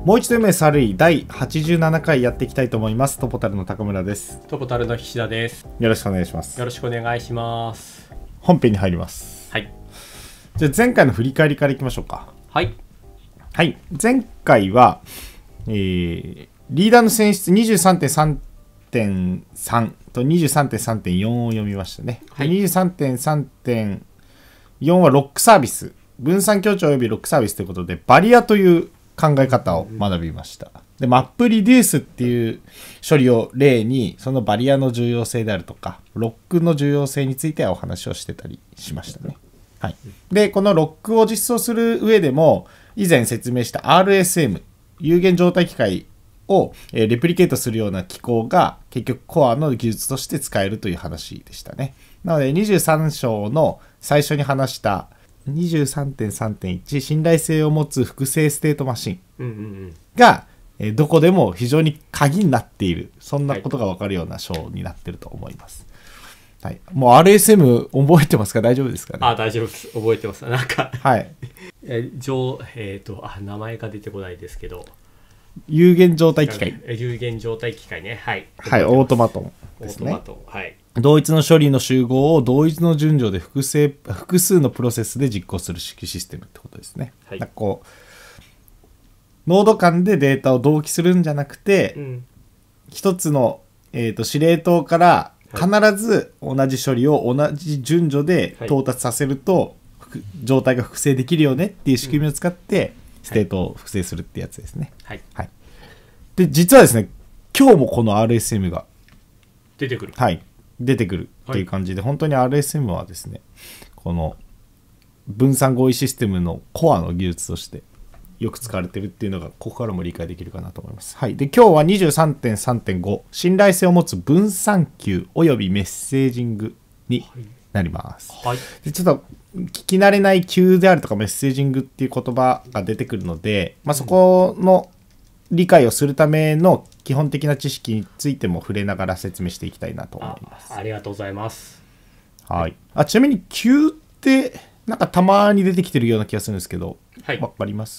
もう一度 MSRE 第87回やっていきたいと思います。トポタルの高村です。 トポタルの菱田です。 よろしくお願いします。 よろしくお願いします。 本編に入ります。 はい。 じゃあ前回の振り返りからいきましょうか。 はい。 はい。前回は、リーダーの選出 23.3.3 と 23.3.4 を読みましたね。 はい、 23.3.4 はロックサービス。分散強調及びロックサービスということで、バリアという考え方を学びました。で、マップリデュースっていう処理を例に、そのバリアの重要性であるとか、ロックの重要性についてはお話をしてたりしましたね。はい。で、このロックを実装する上でも、以前説明した RSM、有限状態機械をレプリケートするような機構が結局コアの技術として使えるという話でしたね。なので23章の最初に話した23.3.1 信頼性を持つ複製ステートマシンがどこでも非常に鍵になっている、そんなことが分かるような章になっていると思います。はい、もう RSM 覚えてますか？大丈夫ですかね？ あ、大丈夫です。覚えてます。なんかはい名前が出てこないですけど、 有限状態機械、 有限状態機械ね。はい、 はい、オートマトンですね。 オートマトン、はい。 同一の処理の集合を同一の順序で複数のプロセスで実行するシステムってことですね。 はい、 なんかこうノード間でデータを同期するんじゃなくて、一つの、司令塔から必ず同じ処理を同じ順序で到達させると、状態が複製できるよねっていう仕組みを使ってステートを複製するってやつですね。 はい。 はい。で、実はですね、今日もこの RSM が出てくる。 はい。出てくるっていう感じで、本当に RSM はですね、この分散合意システムのコアの技術としてよく使われてるっていうのがここからも理解できるかなと思います。はい。で、今日は 23.3.5 信頼性を持つ分散球およびメッセージングになります。 はい。 で、ちょっと聞き慣れない球であるとかメッセージングっていう言葉が出てくるので、まあ、そこの理解をするための基本的な知識についても触れながら説明していきたいなと思います。 ありがとうございます。 はい。ちなみに球ってなんかたまに出てきてるような気がするんですけど、 はい。 わかります？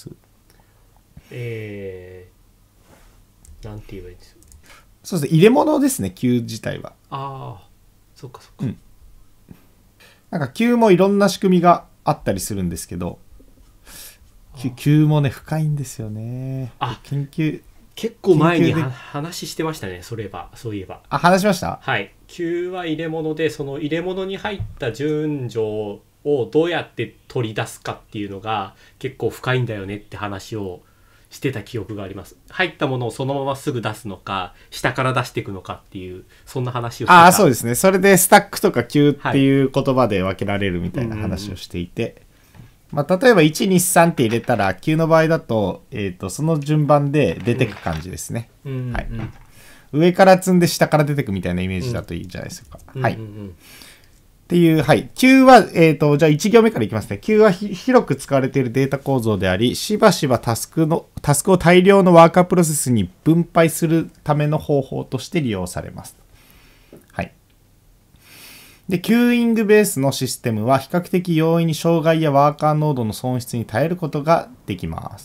なんて言えばいいんですか？ そうですね、入れ物ですね、球自体は。 ああ、そっかそっか。 なんか球もいろんな仕組みがあったりするんですけど、球もね深いんですよね。研究結構前に話してましたね。そういえば。 話しました？ はい。球は入れ物で、その入れ物に入った順序をどうやって取り出すかっていうのが結構深いんだよねって話をしてた記憶があります。入ったものをそのまますぐ出すのか、下から出していくのかっていう、そんな話をしてた。 そうですね。それでスタックとか球っていう言葉で分けられるみたいな話をしていて、まあ、例えば1、2、3って入れたら、球の場合だと、その順番で出てく感じですね。はい。上から積んで下から出てくみたいなイメージだといいじゃないですか。はい。っていう、はい。球は、じゃあ1行目からいきますね。球は広く使われているデータ構造であり、しばしばタスクを大量のワーカープロセスに分配するための方法として利用されます。はい。で、キューイングベースのシステムは比較的容易に障害やワーカーノードの損失に耐えることができます。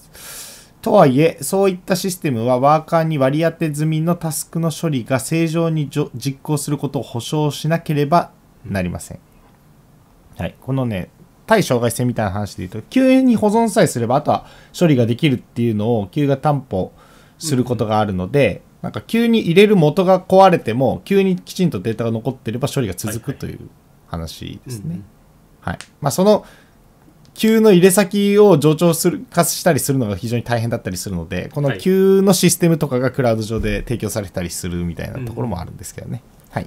とはいえ、そういったシステムはワーカーに割り当て済みのタスクの処理が正常に実行することを保証しなければなりません。はい。このね、対障害性みたいな話で言うと、急に保存さえすれば、あとは処理ができるっていうのを急が担保することがあるので、なんか急に入れる元が壊れても、急にきちんとデータが残っていれば処理が続くという話ですね。はい。まあ、その、急の入れ先を助長化したりするのが非常に大変だったりするので、この急のシステムとかがクラウド上で提供されたりするみたいなところもあるんですけどね。はい。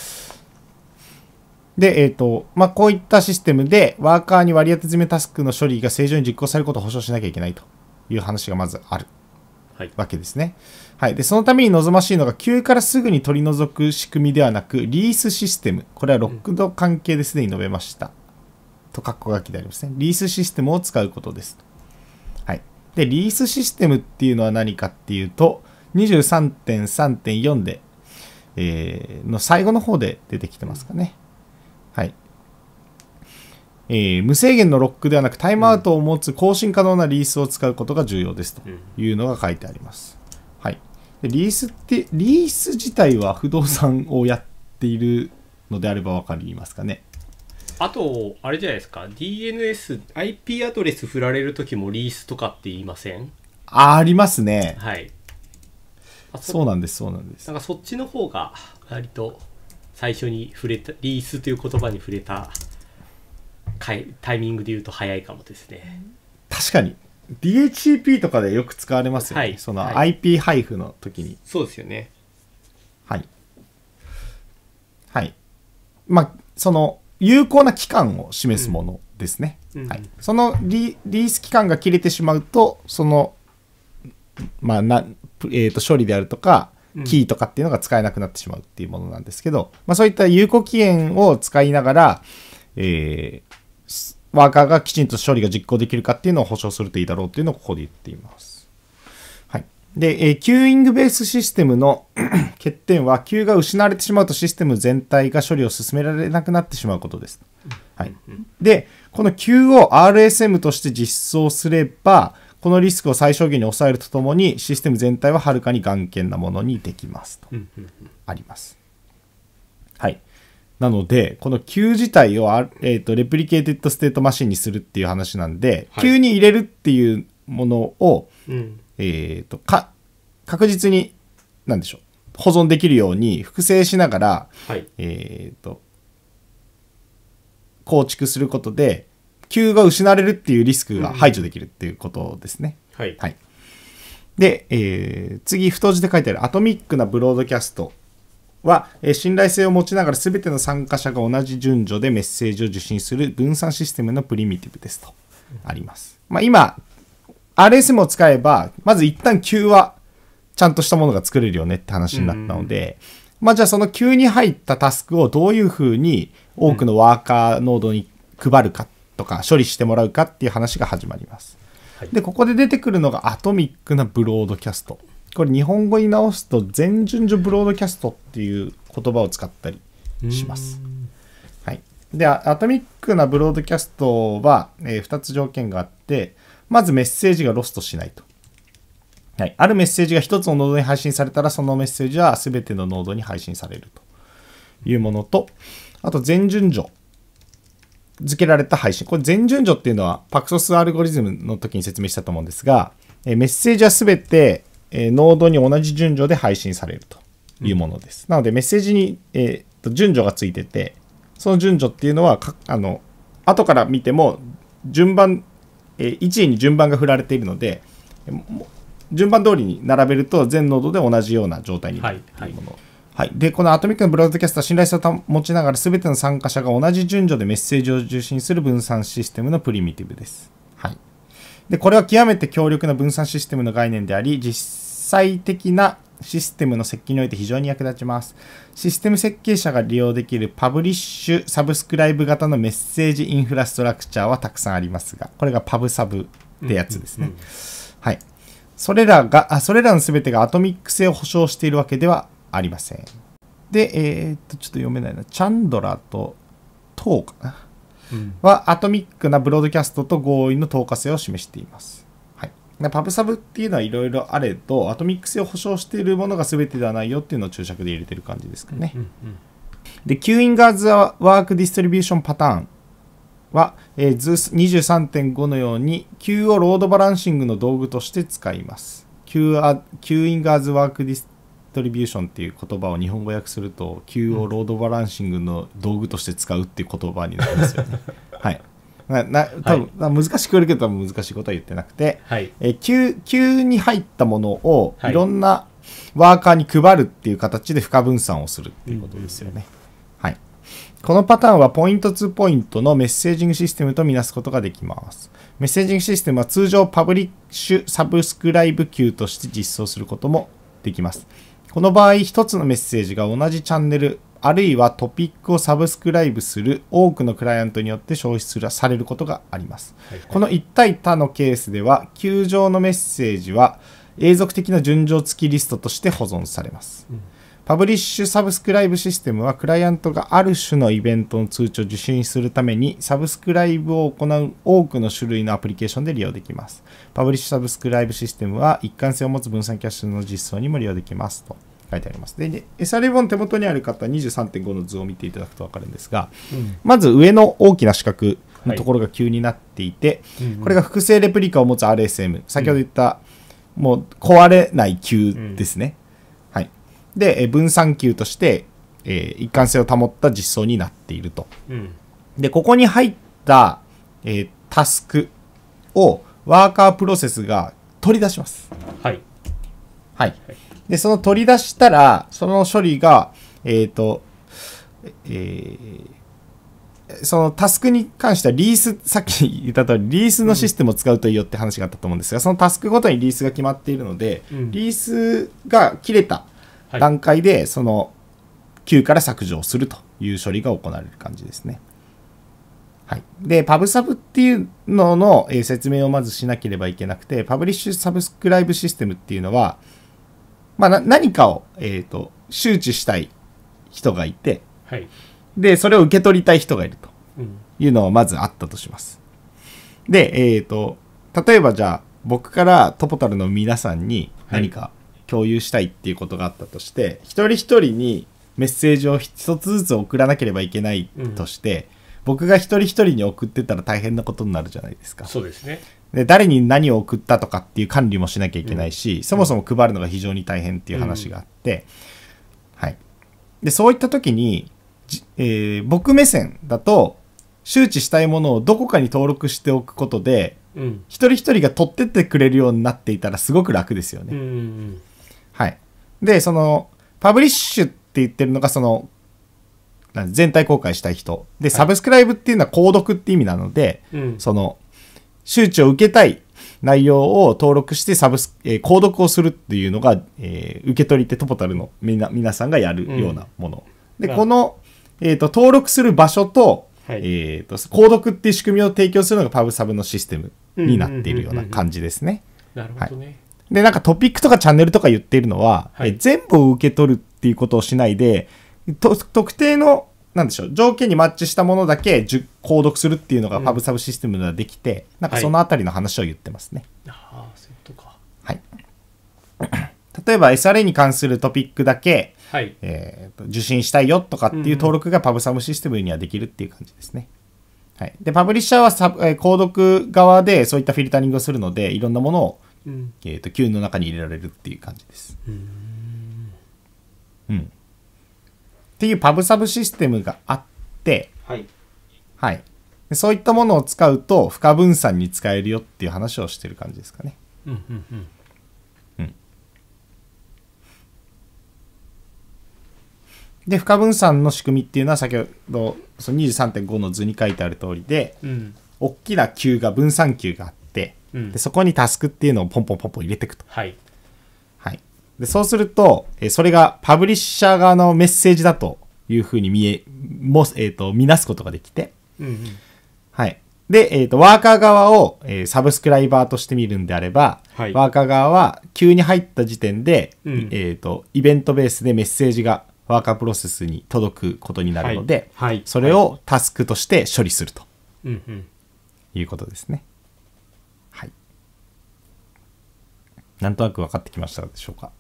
で、まあ、こういったシステムでワーカーに割り当て済みタスクの処理が正常に実行されることを保証しなきゃいけないという話がまずあるわけですね。はい。で、そのために望ましいのが、急からすぐに取り除く仕組みではなく、リースシステム。これはロックの関係ですでに述べました。と、括弧書きでありますね。リースシステムを使うことです。はい。で、リースシステムっていうのは何かっていうと、23.3.4 で、の最後の方で出てきてますかね。はい。 無制限のロックではなくタイムアウトを持つ更新可能なリースを使うことが重要ですというのが書いてあります。はい。でリース自体は不動産をやっているのであれば分かりますかね。 あとあれじゃないですか、 DNS IP アドレス振られる時もリースとかって言いません？ ありますね。 はい。 そうなんです。なんかそっちの方が割と最初に触れたリースという言葉に触れたタイミングで言うと早いかもですね。 確かに DHCP とかでよく使われますよね、 はい、 その IP 配布の時に。 そうですよね。はいはい。まあその有効な期間を示すものですね。はい、そのリース期間が切れてしまうとそのまあ処理であるとかキーとかっていうのが使えなくなってしまうっていうものなんですけど、まあ、そういった有効期限を使いながら、ワーカーがきちんと処理が実行できるかっていうのを保証するといいだろうっていうのをここで言っています。はい。で、キューイングベースシステムの欠点は、キューが失われてしまうとシステム全体が処理を進められなくなってしまうことです。はい。で、このキューを RSM として実装すれば、このリスクを最小限に抑えるとともに、システム全体ははるかに頑健なものにできますと。あります。はい。なので、この Q 自体を、レプリケーテッドステートマシンにするっていう話なんで、はい、Q に入れるっていうものを、確実に、なんでしょう、保存できるように複製しながら、はい、構築することで、Q が失われるっていうリスクが排除できるっていうことですね。はい。はい、で、次、太字で書いてあるアトミックなブロードキャストは、信頼性を持ちながら全ての参加者が同じ順序でメッセージを受信する分散システムのプリミティブですとあります。まあ、今 RSM を使えばまず一旦 Q はちゃんとしたものが作れるよねって話になったので、まあ、じゃあその Q に入ったタスクをどういうふうに多くのワーカーノードに配るかとか処理してもらうかっていう話が始まります。はい、でここで出てくるのがアトミックなブロードキャスト。これ日本語に直すと全順序ブロードキャストっていう言葉を使ったりします。はい、でアトミックなブロードキャストは、2つ条件があって、まずメッセージがロストしないと。はい、あるメッセージが1つのノードに配信されたらそのメッセージは全てのノードに配信されるというものと、あと全順序付けられた配信。これ全順序っていうのはパクソスアルゴリズムの時に説明したと思うんですが、メッセージは全てノードに同じ順序で配信されるというものです。なのでメッセージに、順序がついてて、その順序っていうのは後から見ても順番、1位に順番が振られているので、順番通りに並べると全ノードで同じような状態になるというもの。はいはい、でこのアトミックなブロードキャストは信頼性を保ちながら全ての参加者が同じ順序でメッセージを受信する分散システムのプリミティブです。はい、でこれは極めて強力な分散システムの概念であり、実際的なシステムの設計において非常に役立ちます。システム設計者が利用できるパブリッシュサブスクライブ型のメッセージインフラストラクチャーはたくさんありますが、これがパブサブってやつですね。はい、それらの全てがアトミック性を保証しているわけではありません。で、ちょっと読めないな。チャンドラとトーかな、はアトミックなブロードキャストと合意の透過性を示しています。はい、パブサブっていうのはいろいろあれど、アトミック性を保証しているものが全てではないよっていうのを注釈で入れてる感じですかね。で、Queuing as a Work Distribution パターンは、23.5 のように Q をロードバランシングの道具として使います。Queuing as Work Distribution っていう言葉を日本語訳すると Q をロードバランシングの道具として使うっていう言葉になりますよね。はい。多分、難しく言るけど多分難しいことは言ってなくて、はい、Q に入ったものをいろんなワーカーに配るっていう形で負荷分散をするっていうことですよね。はい。このパターンはポイント2ポイントのメッセージングシステムとみなすことができます。メッセージングシステムは通常パブリッシュサブスクライブ級として実装することもできます。この場合、一つのメッセージが同じチャンネル、あるいはトピックをサブスクライブする多くのクライアントによって消費されることがあります。はいはい、この一対多のケースでは、Q上のメッセージは永続的な順序付きリストとして保存されます。 パブリッシュサブスクライブシステムはクライアントがある種のイベントの通知を受信するためにサブスクライブを行う多くの種類のアプリケーションで利用できます。パブリッシュサブスクライブシステムは一貫性を持つ分散キャッシュの実装にも利用できますと書いてあります。で、SRE 本手元にある方は 23.5 の図を見ていただくと分かるんですが、まず上の大きな四角のところが急になっていて、これが複製レプリカを持つ RSM、先ほど言ったもう壊れない級ですね。で、分散級として、一貫性を保った実装になっていると。で、ここに入った、タスクをワーカープロセスが取り出します。はい。で、その取り出したら、その処理が、そのタスクに関してはリース、さっき言った通り、リースのシステムを使うといいよって話があったと思うんですが、そのタスクごとにリースが決まっているので、リースが切れた段階でその Q から削除をするという処理が行われる感じですね。で、パブサブっていうのの説明をまずしなければいけなくて、パブリッシュサブスクライブシステムっていうのは、何かを、周知したい人がいて、で、それを受け取りたい人がいるというのはまずあったとします。で、例えばじゃあ僕からトポタルの皆さんに何か共有したいっていうことがあったとして、一人一人にメッセージを一つずつ送らなければいけないとして、僕が一人一人に送ってたら大変なことになるじゃないですか。 そうですね。 で、誰に何を送ったとかっていう管理もしなきゃいけないし、そもそも配るのが非常に大変っていう話があって、で、そういった時に、僕目線だと、周知したいものをどこかに登録しておくことで、一人一人が取ってってくれるようになっていたらすごく楽ですよね。で、その、パブリッシュって言ってるのが、その、全体公開したい人。で、サブスクライブっていうのは購読って意味なので、その、周知を受けたい内容を登録して購読をするっていうのが、受け取り手トポタルの皆さんがやるようなもの。で、この、登録する場所と、購読っていう仕組みを提供するのがパブサブのシステムになっているような感じですね。 なるほどね。 で、なんかトピックとかチャンネルとか言っているのは、全部を受け取るっていうことをしないで、特定の、なんでしょう、条件にマッチしたものだけ購読するっていうのがパブサブシステムではできて、なんかそのあたりの話を言ってますね。 そういうことか。 例えば SRE に関するトピックだけ、受信したいよとかっていう登録がパブサブシステムにはできるっていう感じですね。で、パブリッシャーは購読側でそういったフィルタリングをするので、いろんなものを、Q の中に入れられるっていう感じです。っていうパブサブシステムがあって、そういったものを使うと不可分散に使えるよっていう話をしてる感じですかね。で、不可分散の仕組みっていうのは先ほどその 23.5 の図に書いてある通りで、大きな級が分散級があって、でそこにタスクっていうのをポンポンポンポン入れていくと。でそうすると、それがパブリッシャー側のメッセージだというふうに見なすことができて、で、ワーカー側を、サブスクライバーとして見るんであれば、ワーカー側は急に入った時点で、イベントベースでメッセージがワーカープロセスに届くことになるので、それをタスクとして処理するということですね。なんとなく分かってきましたでしょうか。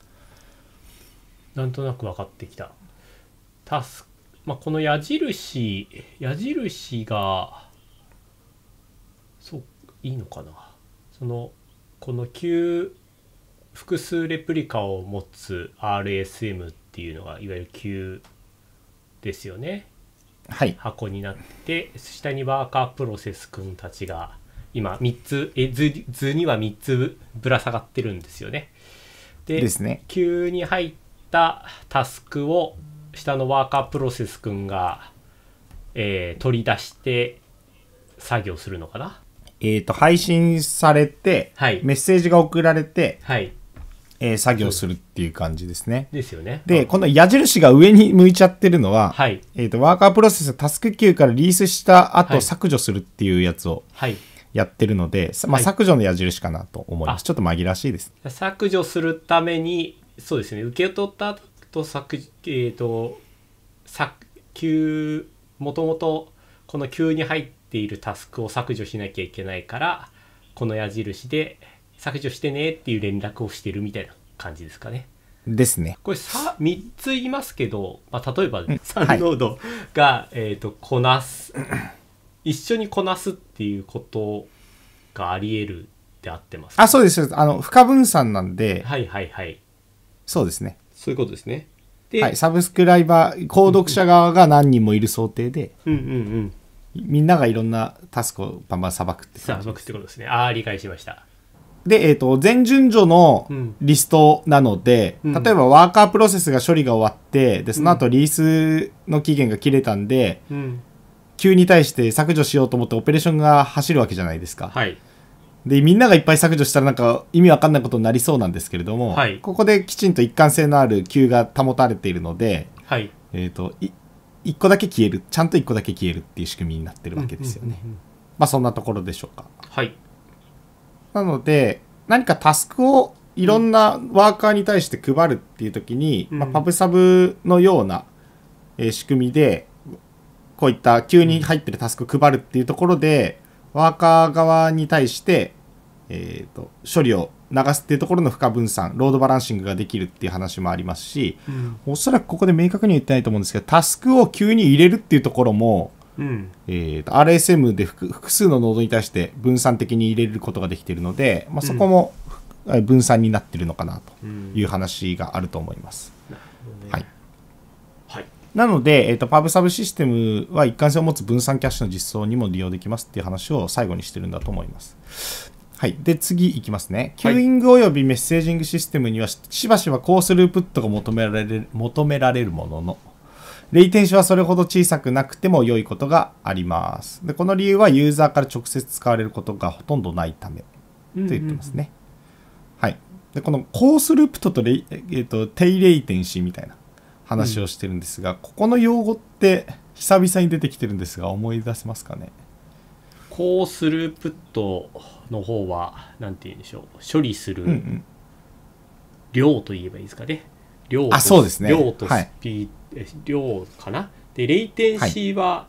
なんとなく分かってきた。この矢印がそういいのかな。この複数レプリカを持つ RSM っていうのがいわゆる Q ですよね。箱になって下にワーカープロセス君たちが今3つ図には3つぶら下がってるんですよね。で、Q に入ったタスクを下のワーカープロセス君が、取り出して作業するのかな。 配信されて、メッセージが送られて、作業するっていう感じですね。 ですよね。 で、この矢印が上に向いちゃってるのは、ワーカープロセスタスク Q からリリースした後、削除するっていうやつをやってるので、削除の矢印かなと思います。ちょっと紛らわしいです。 削除するために、そうですね、受け取ったト削除、もともとこの Q に入っているタスクを削除しなきゃいけないから、この矢印で削除してねっていう連絡をしてるみたいな感じですかね。 ですね。 これ3つ言いますけど、まあ、例えば、ね、 はい 3ノードが、こなす一緒にこなすっていうことがあり得るって合ってますか？ あ、そうです。不可分散なんで、 はいはいはい。 そうですね。 そういうことですね。で、 はい、サブスクライバー、購読者側が何人もいる想定で、 うんうんうん。 みんながいろんなタスクをバンバンさばくって感じさばくってことですね。ああ、理解しました。 で、全順序のリストなので、 うん例えばワーカープロセスが処理が終わって、で、その後リリースの期限が切れたんで、 うん。 Q に対して削除しようと思ってオペレーションが走るわけじゃないですか。 はい。 で、みんながいっぱい削除したらなんか意味わかんないことになりそうなんですけれども、 はいここできちんと一貫性のある Q が保たれているので、 はい。 一個だけ消える、ちゃんと一個だけ消えるっていう仕組みになってるわけですよね。 うんうんうんうん。 まあそんなところでしょうか。 はい。 なので、何かタスクをいろんなワーカーに対して配るっていう時に、 うんまあ、パブサブのような、仕組みで、こういった急に入ってるタスクを配るっていうところで、ワーカー側に対して、処理を流すっていうところの負荷分散、ロードバランシングができるっていう話もありますし、おそらくここで明確には言ってないと思うんですけど、タスクを急に入れるっていうところも、RSM で複数のノードに対して分散的に入れることができているので、まあ、そこも分散になっているのかなという話があると思います。はいはい。 なので、パブサブシステムは一貫性を持つ分散キャッシュの実装にも利用できますっていう話を最後にしてるんだと思います。はい。で、次いきますね。キューイングおよびメッセージングシステムにはしばしばコースループットが求められるものの、レイテンシはそれほど小さくなくても良いことがあります。で、この理由はユーザーから直接使われることがほとんどないためと言ってますね。はい。で、このコースループトと低レイテンシーみたいな話をしてるんですが、ここの用語って久々に出てきてるんですが、思い出せますかね。 コースループットの方は、なんて言うんでしょう。処理する量と言えばいいですかね。量とそうですね。 量とスピード、量かな。で、レイテンシーは、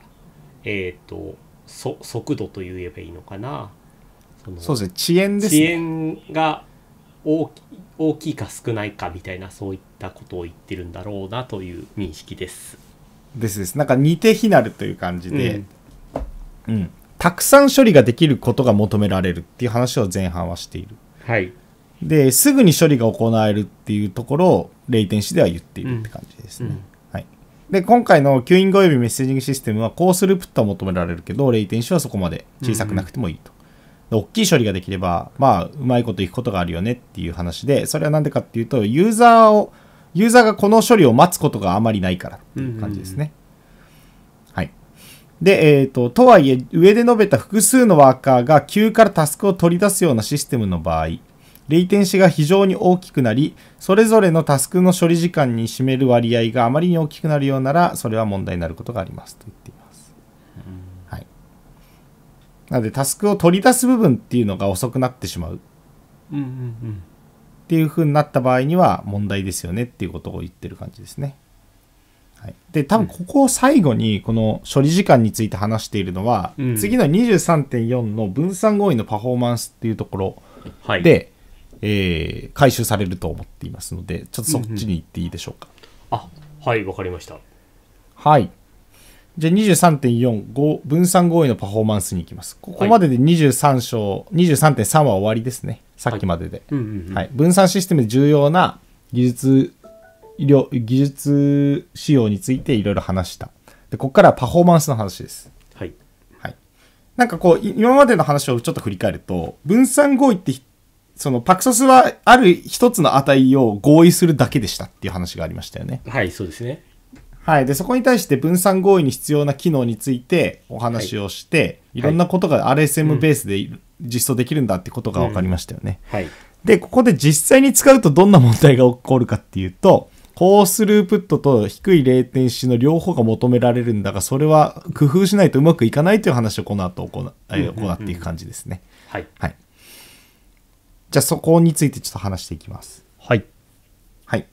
速度と言えばいいのかな。 そうですね。遅延ですね。 遅延が大きいか少ないかみたいな、そういったことを言ってるんだろうなという認識です。 です。なんか似て非なるという感じで、たくさん処理ができることが求められるっていう話を前半はしている。 はい。 で、すぐに処理が行えるっていうところをレイテンシでは言っているって感じですね。はい。で、今回のキューイングおよびメッセージングシステムはコースループットは求められるけど、レイテンシはそこまで小さくなくてもいいと。大きい処理ができれば、まあ、うまいこといくことがあるよねっていう話で、それはなんでかっていうと、ユーザーがこの処理を待つことがあまりないからっていう感じですね。はい。で、とはいえ、上で述べた複数のワーカーが Q からタスクを取り出すようなシステムの場合、レイテンシが非常に大きくなり、それぞれのタスクの処理時間に占める割合があまりに大きくなるようなら、それは問題になることがありますと言っています。はい。なので、タスクを取り出す部分っていうのが遅くなってしまう。っていう風になった場合には問題ですよねっていうことを言ってる感じですね。はい、で、多分ここを最後にこの処理時間について話しているのは、次の 23.4 の分散合意のパフォーマンスっていうところで、回収されると思っていますので、ちょっとそっちに行っていいでしょうか。 はい、わかりました。 はい。じゃあ 23.4 分散合意のパフォーマンスに行きます。ここまでで23.3 は終わりですね。さっきまでで。はい。分散システムで重要な技術仕様についていろいろ話した。で、ここからはパフォーマンスの話です。はい。はい。なんかこう、今までの話をちょっと振り返ると、分散合意ってそのパクソスはある一つの値を合意するだけでしたっていう話がありましたよね。 はい、そうですね。 はい。で、そこに対して分散合意に必要な機能についてお話をして、いろんなことが RSM ベースで実装できるんだってことが分かりましたよね。 はい。 で、ここで実際に使うとどんな問題が起こるかっていうと、コースループットと低いレイテンシの両方が求められるんだが、それは工夫しないとうまくいかないという話をこの後行っていく感じですね。 はい。 はい。じゃあそこについてちょっと話していきます。 はい。 はい。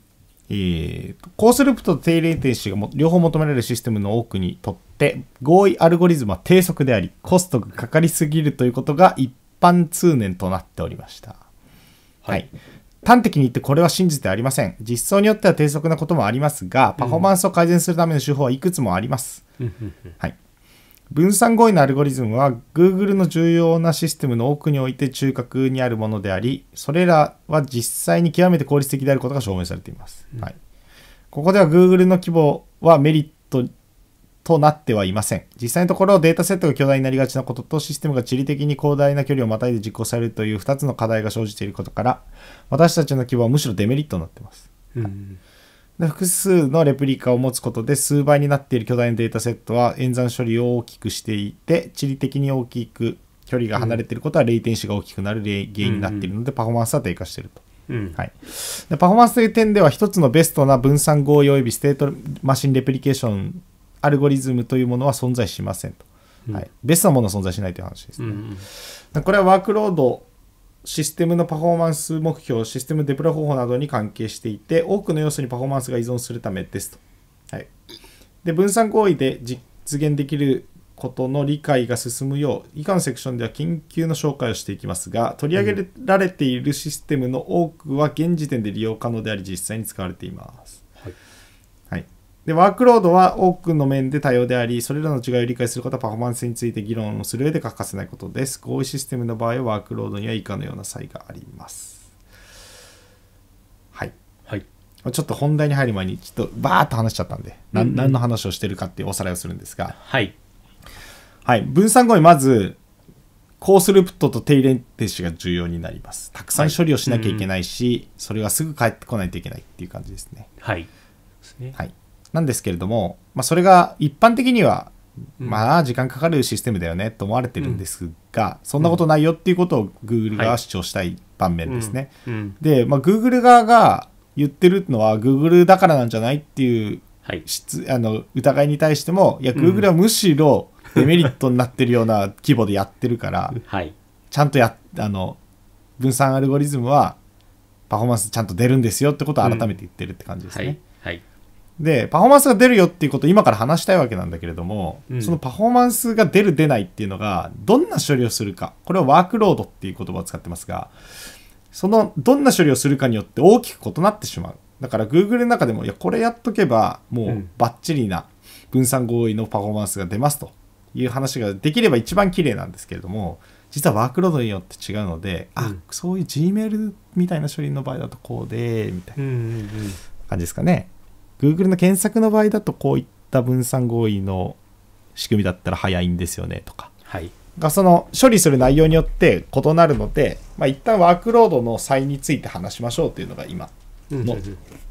コースループと低レイテンシが両方求められるシステムの多くにとって合意アルゴリズムは低速でありコストがかかりすぎるということが一般通念となっておりました。はい。端的に言ってこれは真実ではありません。実装によっては低速なこともありますが、パフォーマンスを改善するための手法はいくつもあります。はい。分散合意のアルゴリズムは Google の重要なシステムの多くにおいて中核にあるものであり、それらは実際に極めて効率的であることが証明されています。はい。ここでは Google の規模はメリットとなってはいません。実際のところデータセットが巨大になりがちなこととシステムが地理的に広大な距離をまたいで実行されるという2つの課題が生じていることから私たちの規模はむしろデメリットになっています。で複数のレプリカを持つことで数倍になっている巨大なデータセットは演算処理を大きくしていて地理的に大きく距離が離れていることはレイテンシが大きくなる原因になっているのでパフォーマンスは低下していると。はい、でパフォーマンスという点では一つのベストな分散合意及びステートマシンレプリケーションアルゴリズムというものは存在しませんと、はい、ベストなものは存在しないという話ですね。これはワークロードシステムのパフォーマンス目標システムデプロイ方法などに関係していて多くの要素にパフォーマンスが依存するためですと、はい、で分散合意で実現できることの理解が進むよう以下のセクションでは緊急の紹介をしていきますが取り上げられているシステムの多くは現時点で利用可能であり実際に使われています。はいはい、でワークロードは多くの面で多様でありそれらの違いを理解することはパフォーマンスについて議論をする上で欠かせないことです。合意システムの場合はワークロードには以下のような差異があります。はい、はい、ちょっと本題に入る前にちょっとバーッと話しちゃったんで、何の話をしてるかっていうおさらいをするんですが、 はいはい、分散合意まずコースループトと低レンテンシが重要になります。たくさん処理をしなきゃいけないし、それがすぐ返ってこないといけないっていう感じですね。 はい。ですね。 はい。なんですけれども、それが一般的には、時間かかるシステムだよねと思われてるんですが、そんなことないよっていうことを Google 側は主張したい盤面ですね。で、Google 側が言ってるのは Google だからなんじゃないっていう、疑いに対しても、いや、Google はむしろデメリットになってるような規模でやってるから、ちゃんと分散アルゴリズムはパフォーマンスちゃんと出るんですよってことを改めて言ってるって感じですね。でパフォーマンスが出るよっていうことを今から話したいわけなんだけれども、そのパフォーマンスが出る出ないっていうのがどんな処理をするか、これはワークロードっていう言葉を使ってますが、そのどんな処理をするかによって大きく異なってしまう。だから Google の中でもいやこれやっとけばもうバッチリな分散合意のパフォーマンスが出ますという話ができれば一番綺麗なんですけれども、実はワークロードによって違うので、そういう Gmail みたいな処理の場合だとこうでみたいな感じですかね。Google の検索の場合だとこういった分散合意の仕組みだったら早いんですよねとか、がその処理する内容によって異なるので、一旦ワークロードの差異について話しましょうというのが今の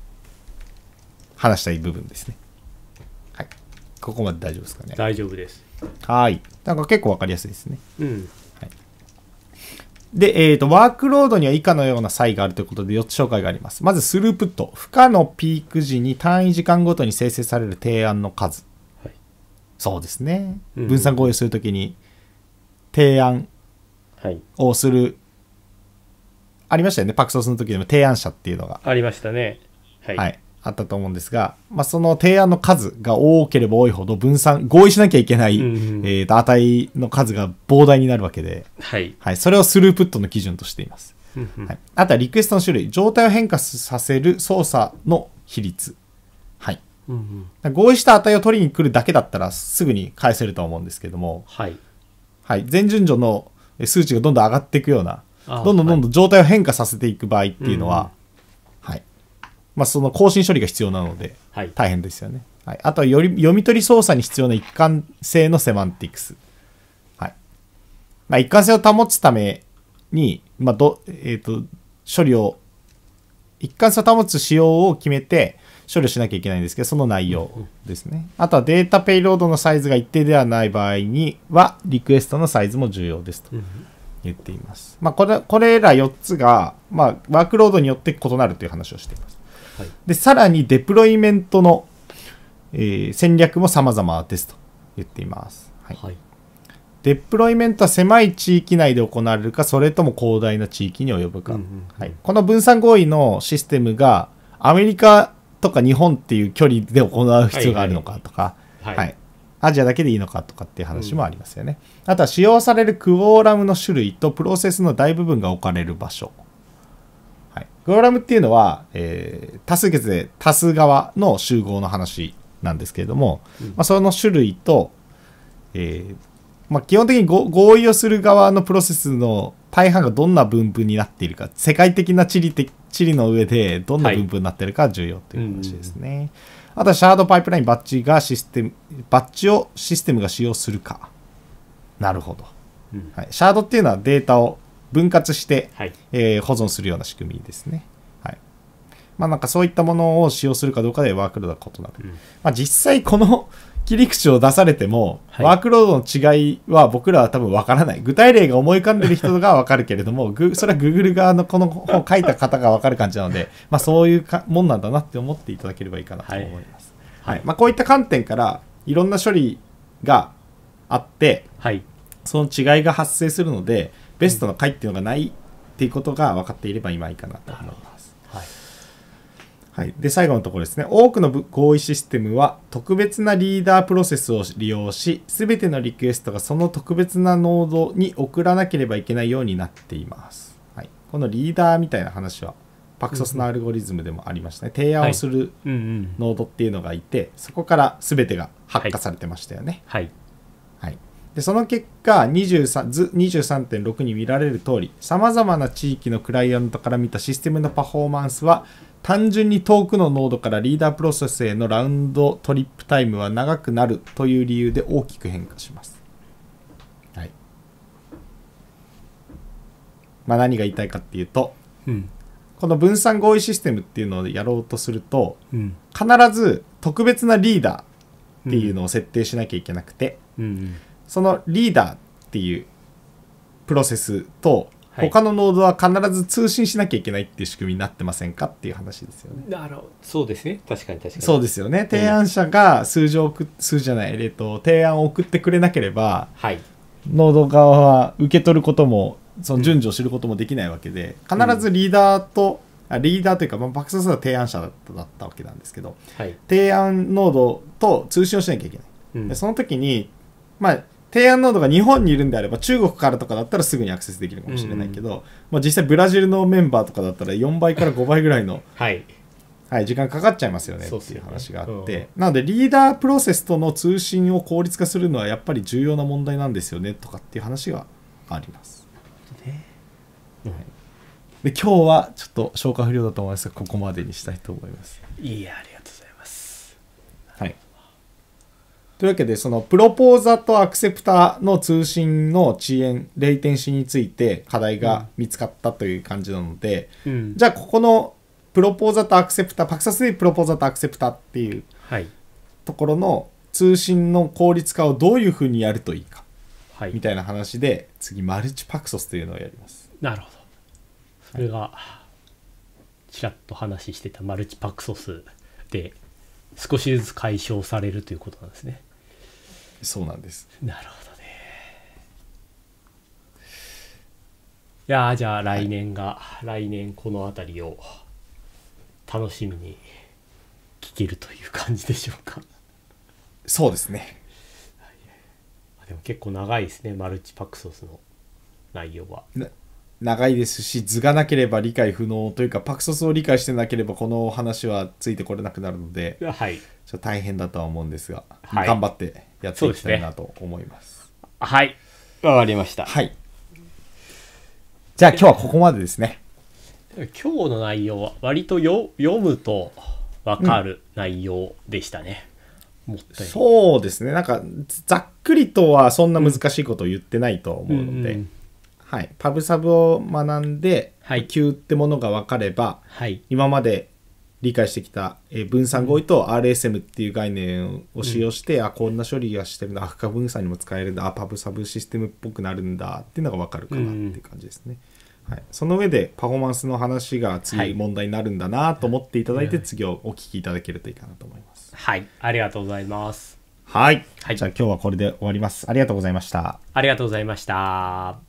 話したい部分ですね。はい、ここまで大丈夫ですかね。 大丈夫です。 はい。なんか結構わかりやすいですね。はい、で、ワークロードには以下のような差異があるということで4つ紹介があります。まずスループット。負荷のピーク時に単位時間ごとに生成される提案の数。そうですね。分散合意するときに提案をする、ありましたよね。パクソスの時でも提案者っていうのがありましたね。 はい、あったと思うんですが、その提案の数が多ければ多いほど分散合意しなきゃいけない、値の数が膨大になるわけで、それをスループットの基準としています。あとはリクエストの種類、状態を変化させる操作の比率、合意した値を取りに来るだけだったらすぐに返せると思うんですけども、全順序の数値がどんどん上がっていくような、どんどん状態を変化させていく場合っていうのは、その更新処理が必要なので大変ですよね。あとは読み取り操作に必要な一貫性のセマンティクス。一貫性を保つために、処理を一貫性を保つ仕様を決めて処理をしなきゃいけないんですけど、その内容ですね。あとはデータペイロードのサイズが一定ではない場合にはリクエストのサイズも重要ですと言っています。これら4つが、ワークロードによって異なるという話をしています。でさらにデプロイメントの、戦略も様々ですと言っています。デプロイメントは狭い地域内で行われるか、それとも広大な地域に及ぶか。この分散合意のシステムがアメリカとか日本っていう距離で行う必要があるのかとか、 はいアジアだけでいいのかとかっていう話もありますよね。あとは使用されるクオーラムの種類とプロセスの大部分が置かれる場所。クオーラムっていうのは、多数決で多数側の集合の話なんですけれども、その種類と、基本的に合意をする側のプロセスの大半がどんな分布になっているか、世界的な地理の上でどんな分布になっているかが重要という話ですね。あとはシャードパイプラインバッジをシステムが使用するか。なるほど。シャードっていうのはデータを分割して、保存するような仕組みですね。なんかそういったものを使用するかどうかでワークロードが異なる。実際この切り口を出されても、ワークロードの違いは僕らは多分わからない。具体例が思い浮かんでる人がわかるけれども、それは Google 側のこの本を書いた方がわかる感じなので、そういうもんなんだなって思っていただければいいかなと思います。こういった観点からいろんな処理があって、その違いが発生するので、ベストの解っていうのがないっていうことが分かっていれば今いいかなと思います。で最後のところですね。多くの合意システムは特別なリーダープロセスを利用し、すべてのリクエストがその特別なノードに送らなければいけないようになっています。このリーダーみたいな話はパクソスのアルゴリズムでもありましたね。提案をするノードっていうのがいて、そこからすべてが発火されてましたよね。でその結果 23.6 に見られる通り、さまざまな地域のクライアントから見たシステムのパフォーマンスは単純に遠くのノードからリーダープロセスへのラウンドトリップタイムは長くなるという理由で大きく変化します。何が言いたいかっていうと、この分散合意システムっていうのをやろうとすると、必ず特別なリーダーっていうのを設定しなきゃいけなくて、そのリーダーっていうプロセスと他のノードは必ず通信しなきゃいけないっていう仕組みになってませんかっていう話ですよね。 なるほど。そうですね。確かに。 そうですよね。提案者が提案を送ってくれなければ、ノード側は受け取ることもその順序を知ることもできないわけで、必ずリーダーというか、パクソスは提案者だったわけなんですけど、提案ノードと通信をしなきゃいけない。でその時に提案ノードが日本にいるんであれば中国からとかだったらすぐにアクセスできるかもしれないけど、実際ブラジルのメンバーとかだったら4倍から5倍ぐらいの、時間かかっちゃいますよねっていう話があって、なのでリーダープロセスとの通信を効率化するのはやっぱり重要な問題なんですよねとかっていう話があります。で今日はちょっと消化不良だと思いますがここまでにしたいと思います。 ありがとうございます。 というわけでそのプロポーザとアクセプタの通信の遅延レイテンシについて課題が見つかったという感じなので、じゃあここのプロポーザとアクセプタパクサスでプロポーザとアクセプタっていうところの通信の効率化をどういうふうにやるといいか、みたいな話で次マルチパクソスというのをやります。 なるほど。それがちらっと話してたマルチパクソスで少しずつ解消されるということなんですね。 そうなんです。 なるほどね。いやじゃあ来年この辺りを楽しみに聞けるという感じでしょうか。 そうですね。 でも結構長いですね、マルチパクソスの内容は。 長いですし図がなければ理解不能というかパクソスを理解してなければこの話はついてこれなくなるので、ちょっと大変だとは思うんですが、頑張ってやっていきたいなと思います。 わかりました。 じゃあ今日はここまでですね。 今日の内容は割と読むと分かる内容でしたね。 そうですね。なんかざっくりとはそんな難しいことを言ってないと思うので、パブサブを学んで、Q ってものが分かれば、今まで理解してきた分散合意と RSM っていう概念を使用して、こんな処理がしてるんだ、負荷分散にも使えるんだ、パブサブシステムっぽくなるんだっていうのが分かるかなっていう感じですね。その上でパフォーマンスの話が次問題になるんだなと思っていただいて、次をお聞きいただけるといいかなと思います。 ありがとうございます。 じゃあ今日はこれで終わります。ありがとうございました。 ありがとうございました。